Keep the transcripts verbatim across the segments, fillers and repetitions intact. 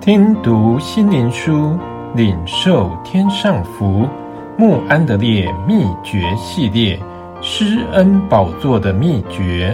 听读心灵书，领受天上福。慕安德烈秘诀系列，施恩宝座的秘诀。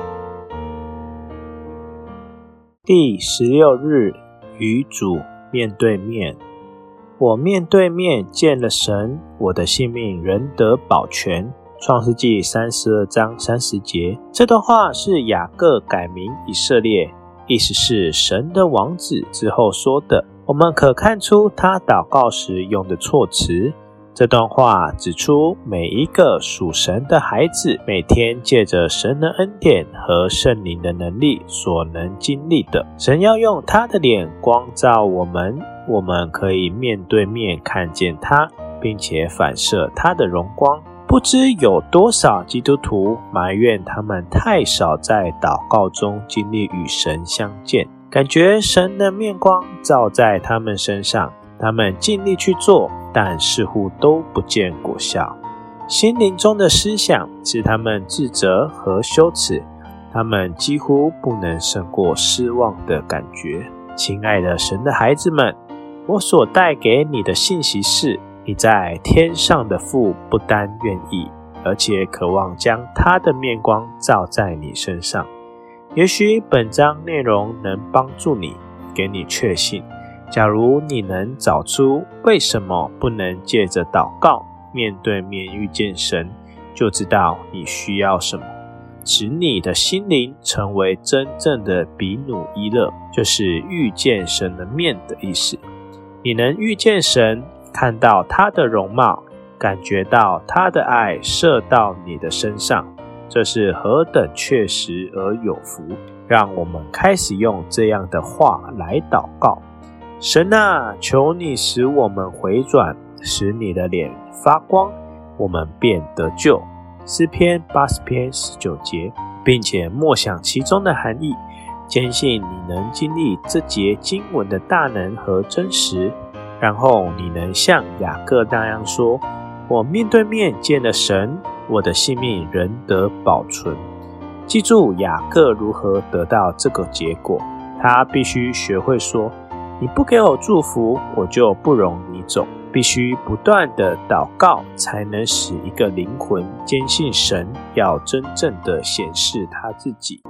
第十六日，与主面对面。我面对面见了神，我的性命仍得保全。创世纪三十二章三十节。这段话是雅各改名以色列，意思是神的王子之后说的。我们可看出他祷告时用的措辞。这段话指出每一个属神的孩子每天借着神的恩典和圣灵的能力所能经历的。神要用他的脸光照我们，我们可以面对面看见他，并且反射他的荣光。不知有多少基督徒埋怨他们太少在祷告中经历与神相见，感觉神的面光照在他们身上，他们尽力去做，但似乎都不见果效。心灵中的思想使他们自责和羞耻，他们几乎不能胜过失望的感觉。亲爱的神的孩子们，我所带给你的信息是，你在天上的父不单愿意，而且渴望将他的面光照在你身上。也许本章内容能帮助你，给你确信。假如你能找出为什么不能借着祷告面对面遇见神，就知道你需要什么，使你的心灵成为真正的比努伊勒，就是遇见神的面的意思。你能遇见神，看到他的容貌，感觉到他的爱射到你的身上，这是何等确实而有福。让我们开始用这样的话来祷告。神啊，求你使我们回转，使你的脸发光，我们便得救。诗篇八十篇十九节，并且默想其中的含义，坚信你能经历这节经文的大能和真实，然后你能像雅各那样说，我面对面见了神，我的性命仍得保存。记住雅各如何得到这个结果，他必须学会说，你不给我祝福，我就不容你走。必须不断的祷告，才能使一个灵魂坚信神要真正的显示他自己。